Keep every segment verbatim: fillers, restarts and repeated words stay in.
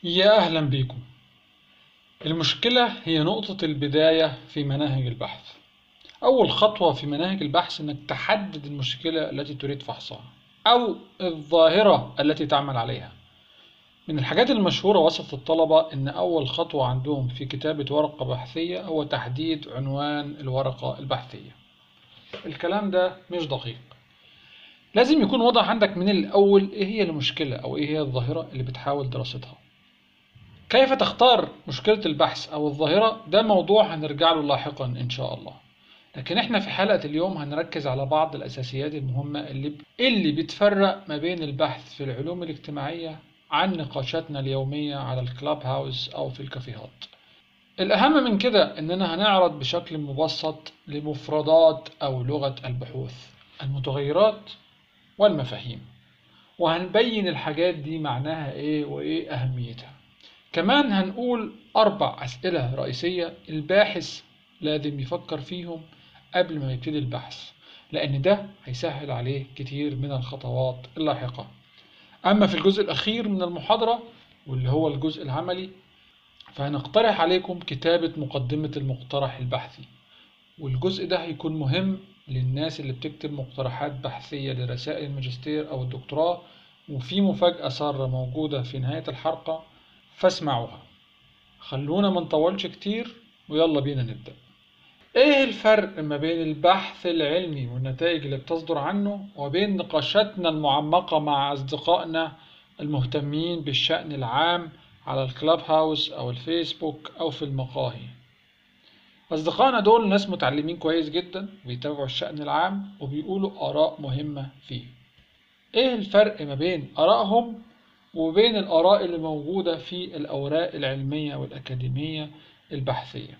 يا أهلا بكم. المشكلة هي نقطة البداية في مناهج البحث. أول خطوة في مناهج البحث إنك تحدد المشكلة التي تريد فحصها أو الظاهرة التي تعمل عليها. من الحاجات المشهورة وسط الطلبة إن أول خطوة عندهم في كتابة ورقة بحثية هو تحديد عنوان الورقة البحثية. الكلام ده مش دقيق. لازم يكون واضح عندك من الأول إيه هي المشكلة أو إيه هي الظاهرة اللي بتحاول دراستها. كيف تختار مشكلة البحث أو الظاهرة ده موضوع هنرجع له لاحقا إن شاء الله. لكن إحنا في حلقة اليوم هنركز على بعض الأساسيات المهمة اللي اللي بتفرق ما بين البحث في العلوم الاجتماعية عن نقاشاتنا اليومية على الكلاب هاوس أو في الكافيهات. الأهم من كده إننا هنعرض بشكل مبسط لمفردات أو لغة البحوث، المتغيرات والمفاهيم، وهنبين الحاجات دي معناها إيه وإيه أهميتها. كمان هنقول أربع أسئلة رئيسية الباحث لازم يفكر فيهم قبل ما يبتدي البحث، لأن ده هيسهل عليه كتير من الخطوات اللاحقة. أما في الجزء الأخير من المحاضرة واللي هو الجزء العملي فهنقترح عليكم كتابة مقدمة المقترح البحثي، والجزء ده هيكون مهم للناس اللي بتكتب مقترحات بحثية لرسائل الماجستير أو الدكتوراه، وفي مفاجأة سارة موجودة في نهاية الحلقة فاسمعوها. خلونا ما نطولش كتير ويلا بينا نبدأ. ايه الفرق ما بين البحث العلمي والنتائج اللي بتصدر عنه وبين نقاشاتنا المعمقة مع أصدقائنا المهتمين بالشأن العام على الكلاب هاوس أو الفيسبوك أو في المقاهي؟ أصدقائنا دول ناس متعلمين كويس جدا بيتابعوا الشأن العام وبيقولوا آراء مهمة فيه. ايه الفرق ما بين آرائهم وبين الآراء اللي موجودة في الأوراق العلمية والأكاديمية البحثية؟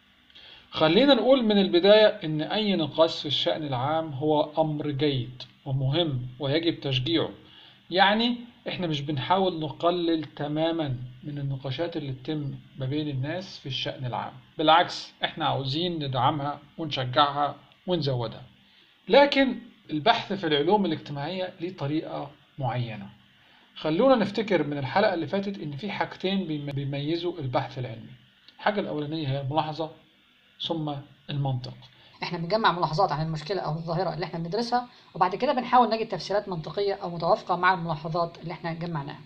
خلينا نقول من البداية إن أي نقاش في الشأن العام هو أمر جيد ومهم ويجب تشجيعه. يعني إحنا مش بنحاول نقلل تماما من النقاشات اللي تتم ما بين الناس في الشأن العام، بالعكس إحنا عاوزين ندعمها ونشجعها ونزودها. لكن البحث في العلوم الاجتماعية ليه طريقة معينة. خلونا نفتكر من الحلقة اللي فاتت إن في حاجتين بيميزوا البحث العلمي. الحاجة الأولانية هي الملاحظة ثم المنطق. احنا بنجمع ملاحظات عن المشكلة او الظاهرة اللي احنا بندرسها، وبعد كده بنحاول نجد تفسيرات منطقية او متوافقة مع الملاحظات اللي احنا جمعناها.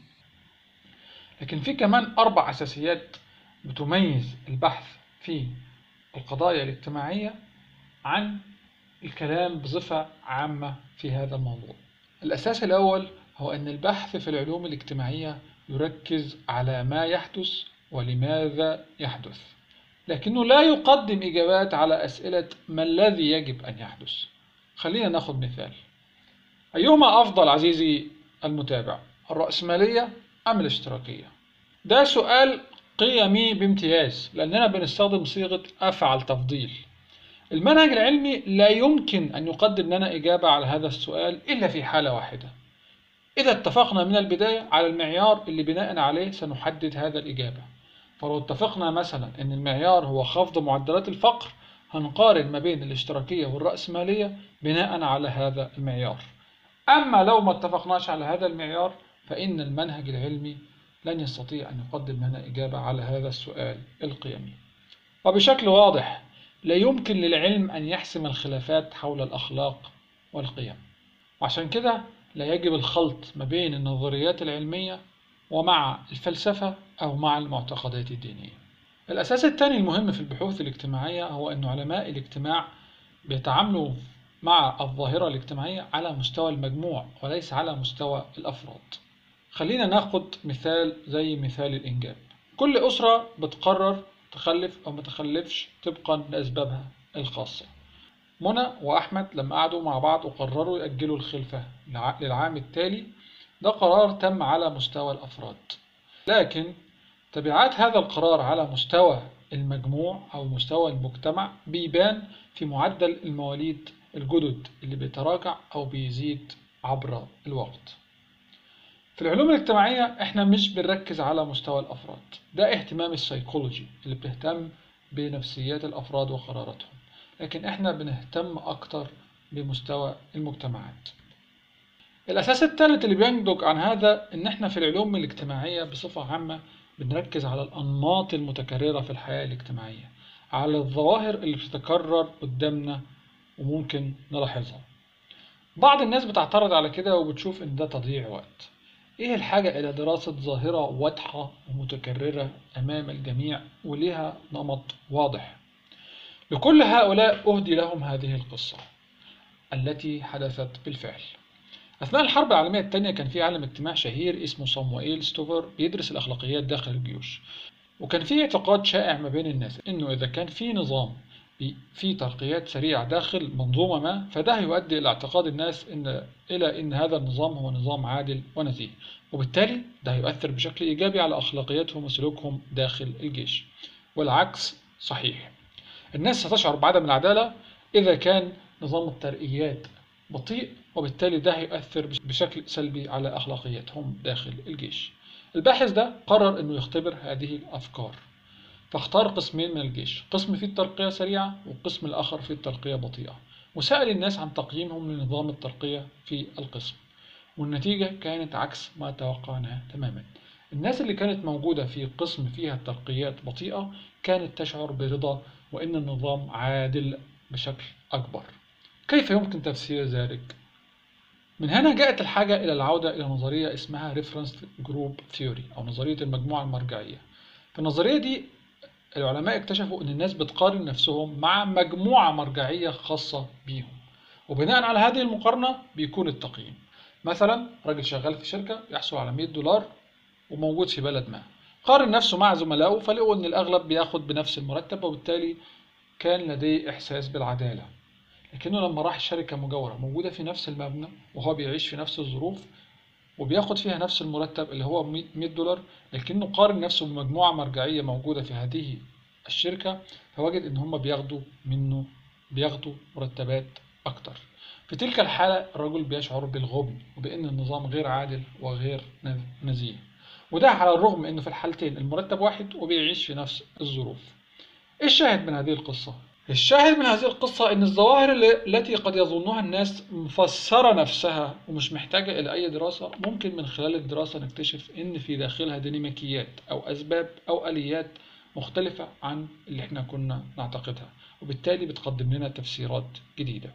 لكن في كمان أربع أساسيات بتميز البحث في القضايا الاجتماعية عن الكلام بصفة عامة في هذا الموضوع. الأساس الأول هو أن البحث في العلوم الاجتماعية يركز على ما يحدث ولماذا يحدث، لكنه لا يقدم إجابات على أسئلة ما الذي يجب أن يحدث. خلينا ناخد مثال. أيهما أفضل عزيزي المتابع، الرأسمالية أم الاشتراكية؟ ده سؤال قيمي بامتياز لأننا بنستخدم صيغة أفعل تفضيل. المنهج العلمي لا يمكن أن يقدم لنا إجابة على هذا السؤال إلا في حالة واحدة، إذا اتفقنا من البداية على المعيار اللي بناء عليه سنحدد هذا الإجابة. فلو اتفقنا مثلا أن المعيار هو خفض معدلات الفقر، هنقارن ما بين الاشتراكية والرأسمالية بناء على هذا المعيار. أما لو ما اتفقناش على هذا المعيار فإن المنهج العلمي لن يستطيع أن يقدم لنا إجابة على هذا السؤال القيمي. وبشكل واضح لا يمكن للعلم أن يحسم الخلافات حول الأخلاق والقيم، وعشان كده لا يجب الخلط ما بين النظريات العلمية ومع الفلسفة أو مع المعتقدات الدينية. الأساس الثاني المهم في البحوث الاجتماعية هو أن علماء الاجتماع بيتعاملوا مع الظاهرة الاجتماعية على مستوى المجموع وليس على مستوى الأفراد. خلينا ناخد مثال زي مثال الإنجاب. كل أسرة بتقرر تخلف أو ما تخلفش طبقا لأسبابها الخاصة. منى وأحمد لما قعدوا مع بعض وقرروا يأجلوا الخلفة للعام التالي، ده قرار تم على مستوى الأفراد. لكن تبعات هذا القرار على مستوى المجموع أو مستوى المجتمع بيبان في معدل المواليد الجدد اللي بيتراجع أو بيزيد عبر الوقت. في العلوم الاجتماعية احنا مش بنركز على مستوى الأفراد، ده اهتمام السيكولوجي اللي بتهتم بنفسيات الأفراد وقراراتهم، لكن احنا بنهتم أكتر بمستوى المجتمعات. الأساس الثالث اللي بينتج عن هذا إن احنا في العلوم الاجتماعية بصفة عامة بنركز على الأنماط المتكررة في الحياة الاجتماعية، على الظواهر اللي بتتكرر قدامنا وممكن نلاحظها. بعض الناس بتعترض على كده وبتشوف إن ده تضييع وقت. إيه الحاجة إلى دراسة ظاهرة واضحة ومتكررة أمام الجميع وليها نمط واضح؟ لكل هؤلاء أهدي لهم هذه القصة التي حدثت بالفعل. أثناء الحرب العالمية الثانية كان في عالم اجتماع شهير اسمه صاموئيل ستوفر بيدرس الأخلاقيات داخل الجيوش، وكان في اعتقاد شائع ما بين الناس إنه إذا كان في نظام في ترقيات سريعة داخل منظومة ما، فده يؤدي إلى اعتقاد الناس إن إلى إن هذا النظام هو نظام عادل ونزيه، وبالتالي ده يؤثر بشكل إيجابي على أخلاقياتهم وسلوكهم داخل الجيش. والعكس صحيح، الناس ستشعر بعدم العدالة إذا كان نظام الترقيات بطيء، وبالتالي ده هيؤثر بشكل سلبي على أخلاقياتهم داخل الجيش. الباحث ده قرر إنه يختبر هذه الأفكار، فاختار قسمين من الجيش، قسم فيه الترقية سريعة والقسم الآخر فيه الترقية بطيئة، وسأل الناس عن تقييمهم لنظام الترقية في القسم، والنتيجة كانت عكس ما توقعناه تماما. الناس اللي كانت موجودة في قسم فيها الترقيات بطيئة كانت تشعر برضا وإن النظام عادل بشكل أكبر. كيف يمكن تفسير ذلك؟ من هنا جاءت الحاجة إلى العودة إلى نظرية اسمها Reference Group Theory أو نظرية المجموعة المرجعية. في النظرية دي العلماء اكتشفوا إن الناس بتقارن نفسهم مع مجموعة مرجعية خاصة بيهم، وبناء على هذه المقارنة بيكون التقييم. مثلا راجل شغال في شركة يحصل على مئة دولار وموجود في بلد ما، قارن نفسه مع زملائه فلقوا إن الأغلب بياخد بنفس المرتب، وبالتالي كان لديه إحساس بالعدالة. لكنه لما راح شركة مجاورة موجودة في نفس المبنى وهو بيعيش في نفس الظروف وبياخد فيها نفس المرتب اللي هو مئة دولار، لكنه قارن نفسه بمجموعة مرجعية موجودة في هذه الشركة، فوجد إن هم بياخدوا منه بياخدوا مرتبات أكتر. في تلك الحالة الرجل بيشعر بالغبن وبأن النظام غير عادل وغير نزيه، وده على الرغم من أنه في الحالتين المرتب واحد وبيعيش في نفس الظروف. إيه الشاهد من هذه القصة؟ الشاهد من هذه القصة إن الظواهر التي قد يظنها الناس مفسرة نفسها ومش محتاجة إلى أي دراسة، ممكن من خلال الدراسة نكتشف إن في داخلها ديناميكيات أو أسباب أو آليات مختلفة عن اللي إحنا كنا نعتقدها، وبالتالي بتقدم لنا تفسيرات جديدة.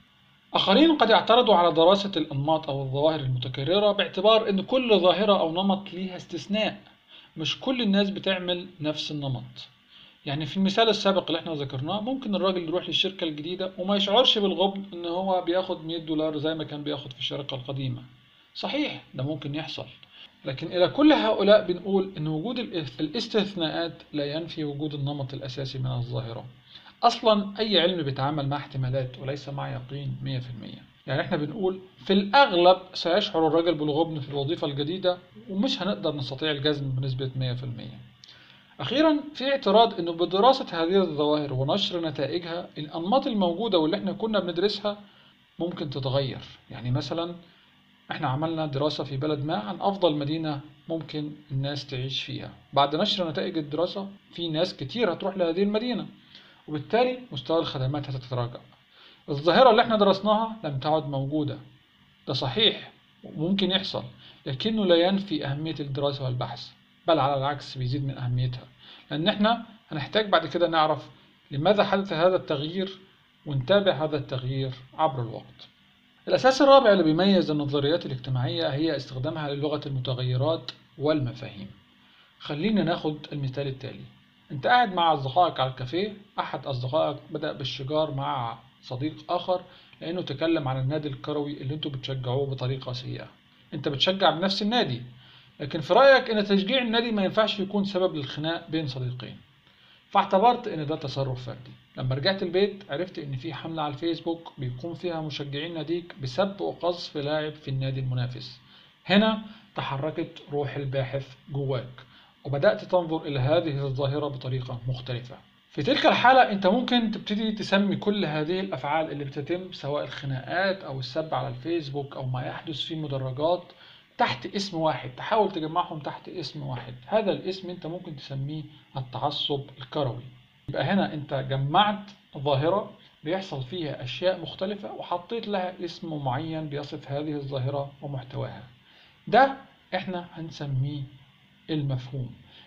آخرين قد يعترضوا على دراسة الأنماط أو الظواهر المتكررة باعتبار إن كل ظاهرة أو نمط ليها استثناء، مش كل الناس بتعمل نفس النمط. يعني في المثال السابق اللي احنا ذكرناه ممكن الراجل يروح للشركة الجديدة وما يشعرش بالغبن ان هو بياخد مئة دولار زي ما كان بياخد في الشركة القديمة. صحيح ده ممكن يحصل، لكن إلى كل هؤلاء بنقول ان وجود الاستثناءات لا ينفي وجود النمط الأساسي من الظاهرة. أصلا أي علم بيتعامل مع احتمالات وليس مع يقين مية في المية. يعني احنا بنقول في الأغلب سيشعر الرجل بالغبن في الوظيفة الجديدة ومش هنقدر نستطيع الجزم بنسبة مية في المية. أخيرا في اعتراض أنه بدراسة هذه الظواهر ونشر نتائجها الأنماط الموجودة واللي احنا كنا بندرسها ممكن تتغير. يعني مثلا احنا عملنا دراسة في بلد ما عن أفضل مدينة ممكن الناس تعيش فيها، بعد نشر نتائج الدراسة في ناس كتير هتروح لهذه المدينة وبالتالي مستوى الخدمات هتتراجع. الظاهرة اللي احنا درسناها لم تعد موجودة، ده صحيح وممكن يحصل، لكنه لا ينفي أهمية الدراسة والبحث، بل على العكس بيزيد من أهميتها، لأن احنا هنحتاج بعد كده نعرف لماذا حدث هذا التغيير ونتابع هذا التغيير عبر الوقت. الأساس الرابع اللي بيميز النظريات الاجتماعية هي استخدامها للغة المتغيرات والمفاهيم. خلينا ناخد المثال التالي. انت قاعد مع أصدقائك على الكافيه، أحد أصدقائك بدأ بالشجار مع صديق آخر لأنه تكلم عن النادي الكروي اللي انتوا بتشجعوه بطريقة سيئة. انت بتشجع بنفس النادي، لكن في رأيك ان تشجيع النادي ما ينفعش يكون سبب للخناق بين صديقين، فاعتبرت ان ده تصرف فردي. لما رجعت البيت عرفت ان في حملة على الفيسبوك بيقوم فيها مشجعين ناديك بسب وقذف لاعب في النادي المنافس. هنا تحركت روح الباحث جواك وبدأت تنظر إلى هذه الظاهرة بطريقة مختلفة. في تلك الحالة أنت ممكن تبتدي تسمي كل هذه الأفعال اللي بتتم سواء الخناقات أو السب على الفيسبوك أو ما يحدث في مدرجات تحت اسم واحد، تحاول تجمعهم تحت اسم واحد. هذا الاسم أنت ممكن تسميه التعصب الكروي. يبقى هنا أنت جمعت ظاهرة بيحصل فيها أشياء مختلفة وحطيت لها اسم معين بيصف هذه الظاهرة ومحتواها. ده احنا هنسميه المفهوم.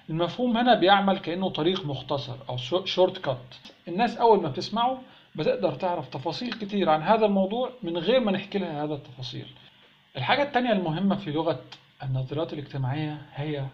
المفهوم هنا بيعمل كأنه طريق مختصر أو شورت كات. الناس أول ما بتسمعه بتقدر تعرف تفاصيل كتير عن هذا الموضوع من غير ما نحكي لها هذا التفاصيل. الحاجة التانية المهمة في لغة النظريات الاجتماعية هي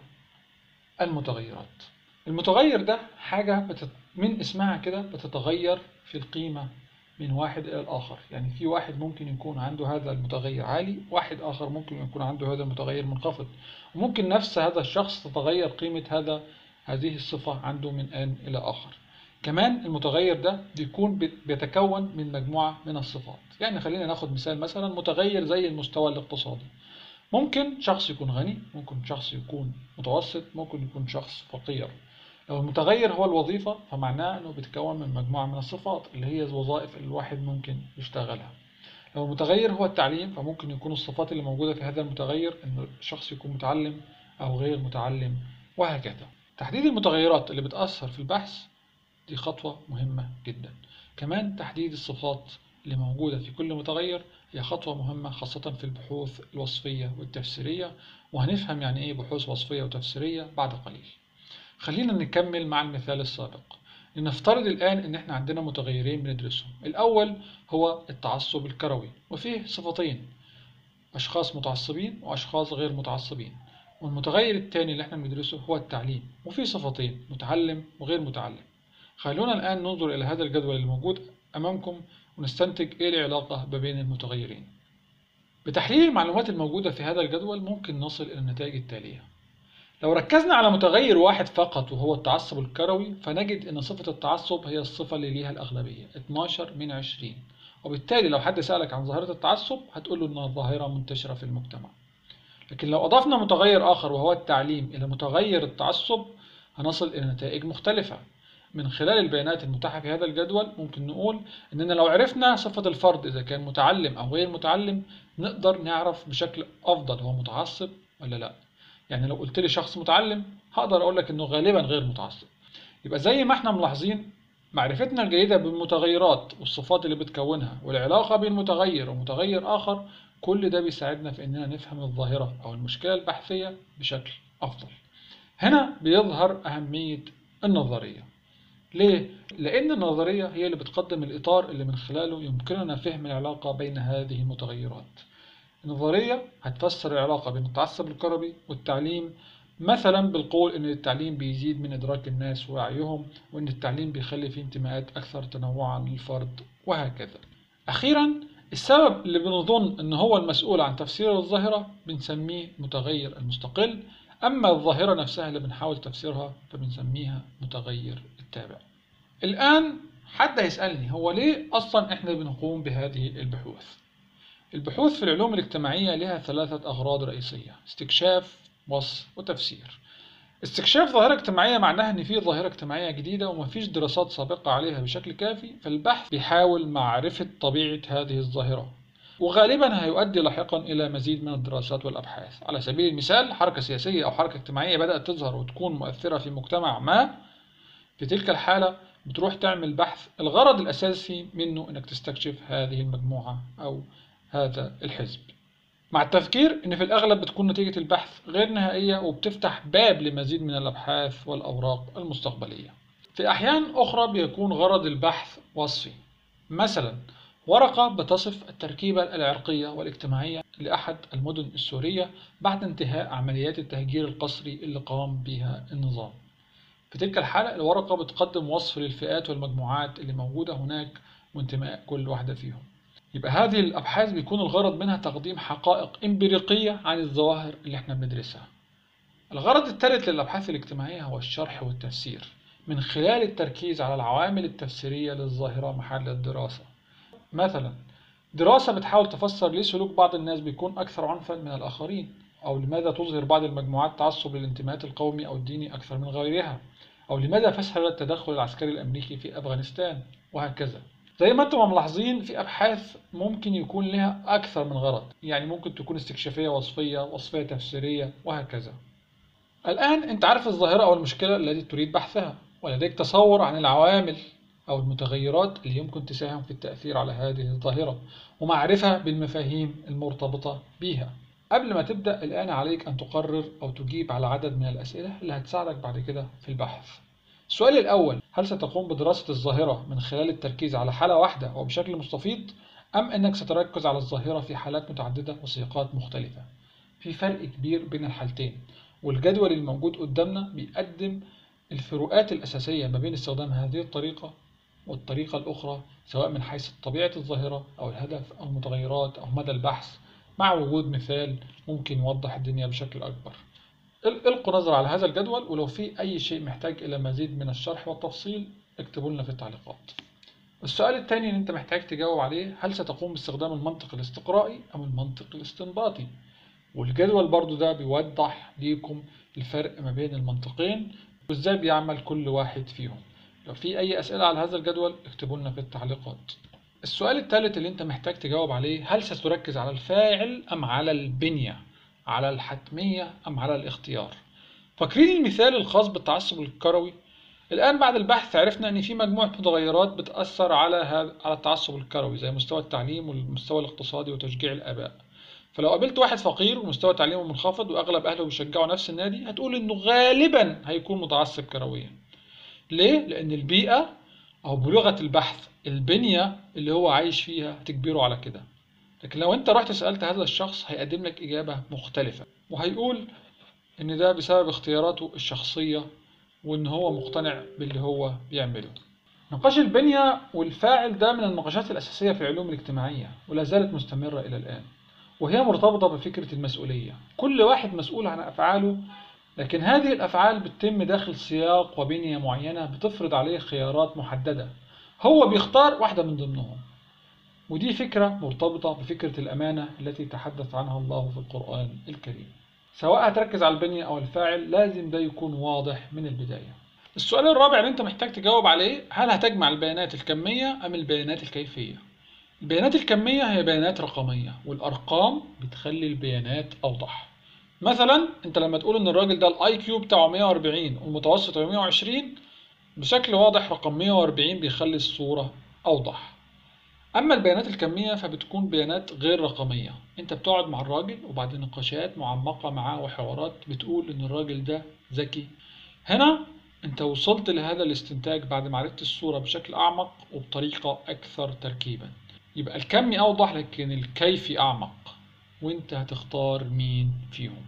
المتغيرات. المتغير ده حاجة بتت... من اسمها كده بتتغير في القيمة من واحد إلى الآخر. يعني في واحد ممكن يكون عنده هذا المتغير عالي، واحد آخر ممكن يكون عنده هذا المتغير منخفض، وممكن نفس هذا الشخص تتغير قيمة هذا هذه الصفة عنده من آن إلى آخر. كمان المتغير ده بيكون بيتكون من مجموعة من الصفات. يعني خلينا ناخد مثال، مثلا متغير زي المستوى الاقتصادي. ممكن شخص يكون غني، ممكن شخص يكون متوسط، ممكن يكون شخص فقير. لو المتغير هو الوظيفة فمعناه أنه بيتكون من مجموعة من الصفات اللي هي الوظائف اللي الواحد ممكن يشتغلها. لو المتغير هو التعليم فممكن يكون الصفات اللي موجودة في هذا المتغير أن الشخص يكون متعلم أو غير متعلم وهكذا. تحديد المتغيرات اللي بتأثر في البحث دي خطوة مهمة جدا. كمان تحديد الصفات اللي موجودة في كل متغير هي خطوة مهمة، خاصة في البحوث الوصفية والتفسيرية، وهنفهم يعني إيه بحوث وصفية وتفسيرية بعد قليل. خلينا نكمل مع المثال السابق. لنفترض الآن إن إحنا عندنا متغيرين بندرسهم. الأول هو التعصب الكروي، وفيه صفتين: أشخاص متعصبين وأشخاص غير متعصبين. والمتغير الثاني اللي إحنا بندرسه هو التعليم، وفيه صفتين: متعلم وغير متعلم. خلونا الآن ننظر إلى هذا الجدول الموجود أمامكم ونستنتج إيه العلاقة ما بين المتغيرين. بتحليل المعلومات الموجودة في هذا الجدول ممكن نصل إلى النتائج التالية. لو ركزنا على متغير واحد فقط وهو التعصب الكروي فنجد أن صفة التعصب هي الصفة اللي ليها الأغلبية اتناشر من عشرين، وبالتالي لو حد سألك عن ظاهرة التعصب هتقول له أنها ظاهرة منتشرة في المجتمع. لكن لو أضفنا متغير آخر وهو التعليم إلى متغير التعصب هنصل إلى نتائج مختلفة. من خلال البيانات المتاحة في هذا الجدول ممكن نقول أننا لو عرفنا صفة الفرد إذا كان متعلم أو غير متعلم نقدر نعرف بشكل أفضل هو متعصب ولا لا. يعني لو قلت لي شخص متعلم هقدر أقول لك أنه غالبا غير متعصب. يبقى زي ما احنا ملاحظين معرفتنا الجيدة بالمتغيرات والصفات اللي بتكونها والعلاقة بين متغير ومتغير آخر، كل ده بيساعدنا في أننا نفهم الظاهرة أو المشكلة البحثية بشكل أفضل. هنا بيظهر أهمية النظرية. ليه؟ لأن النظرية هي اللي بتقدم الإطار اللي من خلاله يمكننا فهم العلاقة بين هذه المتغيرات. النظرية هتفسر العلاقة بين التعصب الكروي والتعليم، مثلا بالقول إن التعليم بيزيد من إدراك الناس ووعيهم، وإن التعليم بيخلي فيه انتماءات أكثر تنوعا للفرد وهكذا. أخيرا السبب اللي بنظن إن هو المسؤول عن تفسير الظاهرة بنسميه متغير المستقل، أما الظاهرة نفسها اللي بنحاول تفسيرها فبنسميها متغير التابع. الآن حد هيسألني هو ليه أصلا إحنا بنقوم بهذه البحوث؟ البحوث في العلوم الاجتماعية لها ثلاثة أغراض رئيسية: استكشاف، وصف، وتفسير. استكشاف ظاهرة اجتماعية معناها إن في ظاهرة اجتماعية جديدة ومفيش دراسات سابقة عليها بشكل كافي، فالبحث بيحاول معرفة طبيعة هذه الظاهرة، وغالبا هيؤدي لاحقا إلى مزيد من الدراسات والأبحاث. على سبيل المثال حركة سياسية أو حركة اجتماعية بدأت تظهر وتكون مؤثرة في مجتمع ما، في تلك الحالة بتروح تعمل بحث الغرض الأساسي منه إنك تستكشف هذه المجموعة أو هذا الحزب، مع التفكير إن في الأغلب بتكون نتيجة البحث غير نهائية وبتفتح باب لمزيد من الأبحاث والأوراق المستقبلية. في أحيان أخرى بيكون غرض البحث وصفي، مثلا ورقة بتصف التركيبة العرقية والاجتماعية لأحد المدن السورية بعد انتهاء عمليات التهجير القسري اللي قام بها النظام. في تلك الحالة الورقة بتقدم وصف للفئات والمجموعات اللي موجودة هناك وانتماء كل واحدة فيهم. يبقى هذه الأبحاث بيكون الغرض منها تقديم حقائق إمبريقية عن الظواهر اللي احنا بندرسها. الغرض الثالث للأبحاث الاجتماعية هو الشرح والتفسير من خلال التركيز على العوامل التفسيرية للظاهرة محل الدراسة. مثلا دراسة بتحاول تفسر ليه سلوك بعض الناس بيكون أكثر عنفا من الآخرين، أو لماذا تظهر بعض المجموعات تعصب للانتماءات القومي أو الديني أكثر من غيرها، أو لماذا فشل التدخل العسكري الأمريكي في أفغانستان وهكذا. زي ما انتم ملاحظين في أبحاث ممكن يكون لها أكثر من غرض، يعني ممكن تكون استكشافية وصفية، وصفية تفسيرية وهكذا. الآن أنت عارف الظاهرة أو المشكلة التي تريد بحثها، ولديك تصور عن العوامل أو المتغيرات اللي يمكن تساهم في التأثير على هذه الظاهرة ومعرفة بالمفاهيم المرتبطة بها. قبل ما تبدأ الآن عليك أن تقرر أو تجيب على عدد من الأسئلة اللي هتساعدك بعد كده في البحث. السؤال الأول: هل ستقوم بدراسة الظاهرة من خلال التركيز على حالة واحدة وبشكل مستفيض، أم أنك ستركز على الظاهرة في حالات متعددة وسياقات مختلفة؟ في فرق كبير بين الحالتين، والجدول الموجود قدامنا بيقدم الفروقات الأساسية ما بين استخدام هذه الطريقة والطريقة الأخرى، سواء من حيث طبيعة الظاهرة أو الهدف أو المتغيرات أو مدى البحث، مع وجود مثال ممكن يوضح الدنيا بشكل أكبر. القوا نظرة على هذا الجدول، ولو في أي شيء محتاج إلى مزيد من الشرح والتفصيل اكتبوا لنا في التعليقات. السؤال الثاني اللي أنت محتاج تجاوب عليه: هل ستقوم باستخدام المنطق الاستقرائي أم المنطق الاستنباطي؟ والجدول برضو ده بيوضح ليكم الفرق ما بين المنطقين وإزاي بيعمل كل واحد فيهم. لو في أي أسئلة على هذا الجدول اكتبوا لنا في التعليقات. السؤال الثالث اللي أنت محتاج تجاوب عليه: هل ستركز على الفاعل أم على البنية؟ على الحتمية أم على الاختيار؟ فاكرين المثال الخاص بالتعصب الكروي؟ الآن بعد البحث عرفنا أن في مجموعة متغيرات بتأثر على هذا على التعصب الكروي، زي مستوى التعليم والمستوى الاقتصادي وتشجيع الآباء. فلو قابلت واحد فقير ومستوى تعليمه منخفض وأغلب أهله بيشجعوا نفس النادي، هتقول إنه غالبا هيكون متعصب كرويا. ليه؟ لأن البيئة أو بلغة البحث البنية اللي هو عايش فيها هتجبره على كده. لكن لو أنت رحت سألت هذا الشخص هيقدم لك إجابة مختلفة، وهيقول إن ده بسبب اختياراته الشخصية وإن هو مقتنع باللي هو بيعمله. نقاش البنية والفاعل ده من النقاشات الأساسية في العلوم الاجتماعية، ولا زالت مستمرة إلى الآن، وهي مرتبطة بفكرة المسؤولية. كل واحد مسؤول عن أفعاله، لكن هذه الأفعال بتتم داخل سياق وبنية معينة بتفرض عليه خيارات محددة، هو بيختار واحدة من ضمنهم. ودي فكرة مرتبطة بفكرة الأمانة التي تحدث عنها الله في القرآن الكريم. سواء هتركز على البنية أو الفاعل لازم ده يكون واضح من البداية. السؤال الرابع اللي أنت محتاج تجاوب عليه: هل هتجمع البيانات الكمية أم البيانات الكيفية؟ البيانات الكمية هي بيانات رقمية، والأرقام بتخلي البيانات أوضح. مثلا أنت لما تقول إن الراجل ده الآي كيو بتاعه مية وأربعين والمتوسط مية وعشرين، بشكل واضح رقم مية وأربعين بيخلي الصورة أوضح. أما البيانات الكمية فبتكون بيانات غير رقمية، أنت بتقعد مع الراجل وبعد نقاشات معمقة معاه وحوارات بتقول إن الراجل ده ذكي. هنا أنت وصلت لهذا الاستنتاج بعد ما عرفت الصورة بشكل أعمق وبطريقة أكثر تركيبا. يبقى الكمي أوضح لكن الكيفي أعمق، وأنت هتختار مين فيهم.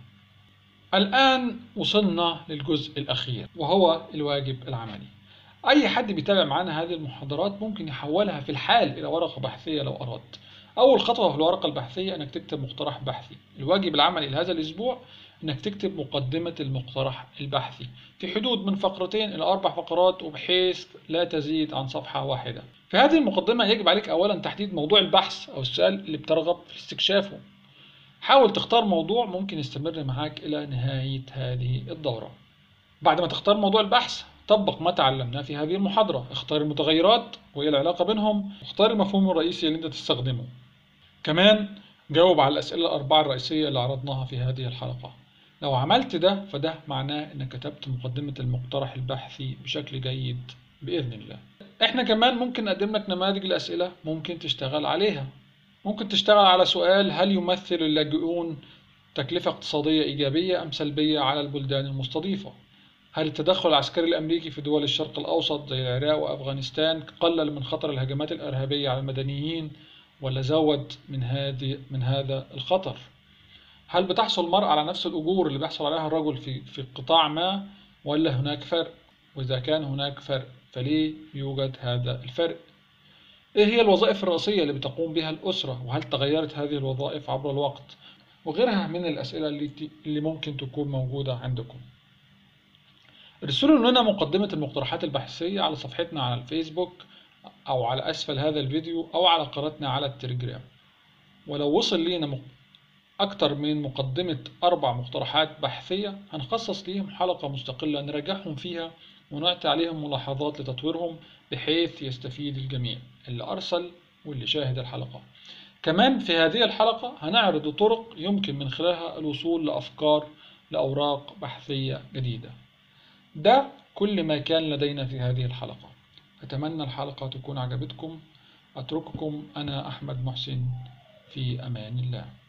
الآن وصلنا للجزء الأخير وهو الواجب العملي. أي حد بيتابع معانا هذه المحاضرات ممكن يحولها في الحال إلى ورقة بحثية لو أراد. أول خطوة في الورقة البحثية إنك تكتب مقترح بحثي. الواجب العملي لهذا الأسبوع إنك تكتب مقدمة المقترح البحثي في حدود من فقرتين إلى أربع فقرات، وبحيث لا تزيد عن صفحة واحدة. في هذه المقدمة يجب عليك أولا تحديد موضوع البحث أو السؤال اللي بترغب في استكشافه. حاول تختار موضوع ممكن يستمر معاك إلى نهاية هذه الدورة. بعد ما تختار موضوع البحث طبق ما تعلمناه في هذه المحاضرة. اختار المتغيرات وإيه العلاقة بينهم، واختار المفهوم الرئيسي اللي انت تستخدمه. كمان جاوب على الأسئلة الأربعة الرئيسية اللي عرضناها في هذه الحلقة. لو عملت ده فده معناه انك كتبت مقدمة المقترح البحثي بشكل جيد بإذن الله. احنا كمان ممكن نقدم لك نماذج الأسئلة ممكن تشتغل عليها. ممكن تشتغل على سؤال: هل يمثل اللاجئون تكلفة اقتصادية إيجابية أم سلبية على البلدان المستضيفة؟ هل التدخل العسكري الأمريكي في دول الشرق الأوسط زي العراق وأفغانستان قلل من خطر الهجمات الإرهابية على المدنيين ولا زود من هذه من هذا الخطر؟ هل بتحصل المرأة على نفس الأجور اللي بيحصل عليها الرجل في في قطاع ما ولا هناك فرق؟ وإذا كان هناك فرق فليه يوجد هذا الفرق؟ إيه هي الوظائف الرئيسية اللي بتقوم بها الأسرة، وهل تغيرت هذه الوظائف عبر الوقت؟ وغيرها من الأسئلة اللي اللي ممكن تكون موجودة عندكم. ارسلوا لنا مقدمة المقترحات البحثية على صفحتنا على الفيسبوك أو على أسفل هذا الفيديو أو على قناتنا على التليجرام. ولو وصل لينا أكتر من مقدمة أربع مقترحات بحثية هنخصص ليهم حلقة مستقلة نراجعهم فيها ونعطي عليهم ملاحظات لتطويرهم بحيث يستفيد الجميع اللي أرسل واللي شاهد الحلقة. كمان في هذه الحلقة هنعرض طرق يمكن من خلالها الوصول لأفكار لأوراق بحثية جديدة. ده كل ما كان لدينا في هذه الحلقة. أتمنى الحلقة تكون عجبتكم. أترككم أنا أحمد محسن في أمان الله.